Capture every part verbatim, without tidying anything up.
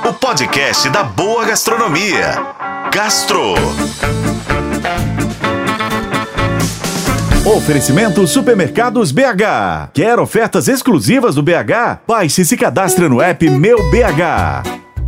o podcast da boa gastronomia. Gastro. Oferecimento Supermercados B H. Quer ofertas exclusivas do B H? Baixe e se cadastre no app Meu B H.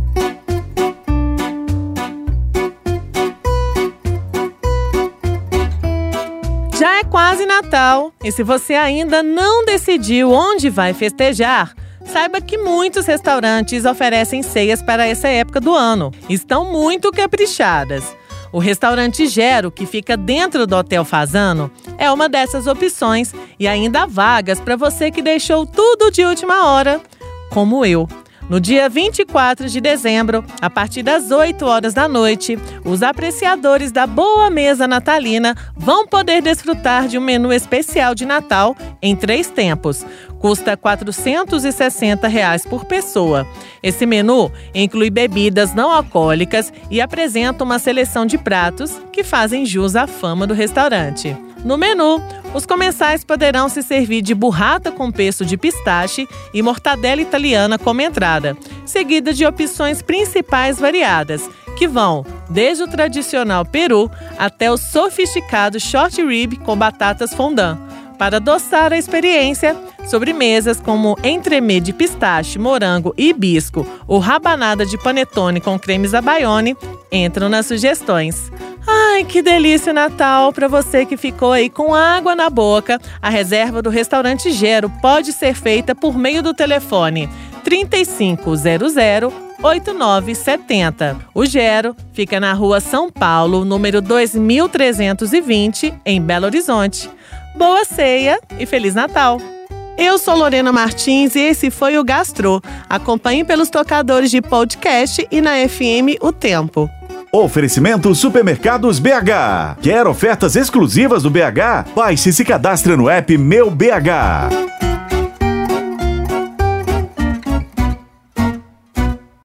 Já é quase Natal, e se você ainda não decidiu onde vai festejar, saiba que muitos restaurantes oferecem ceias para essa época do ano. Estão muito caprichadas. O restaurante Gero, que fica dentro do Hotel Fazano, é uma dessas opções e ainda há vagas para você que deixou tudo de última hora, como eu. No dia vinte e quatro de dezembro, a partir das oito horas da noite, os apreciadores da boa mesa natalina vão poder desfrutar de um menu especial de Natal em três tempos. Custa quatrocentos e sessenta reais por pessoa. Esse menu inclui bebidas não alcoólicas e apresenta uma seleção de pratos que fazem jus à fama do restaurante. No menu, os comensais poderão se servir de burrata com pesto de pistache e mortadela italiana como entrada, seguida de opções principais variadas, que vão desde o tradicional peru até o sofisticado short rib com batatas fondant. Para adoçar a experiência, sobremesas como entremê de pistache, morango e hibisco ou rabanada de panetone com creme zabaione entram nas sugestões. Ai, que delícia o Natal! Para você que ficou aí com água na boca, a reserva do restaurante Gero pode ser feita por meio do telefone trinta e cinco zero zero, oito nove sete zero. O Gero fica na rua São Paulo, número dois mil trezentos e vinte, em Belo Horizonte. Boa ceia e Feliz Natal! Eu sou Lorena Martins e esse foi o Gastro. Acompanhe pelos tocadores de podcast e na F M O Tempo. Oferecimento Supermercados B H. Quer ofertas exclusivas do B H? Baixe e se cadastre no app Meu B H.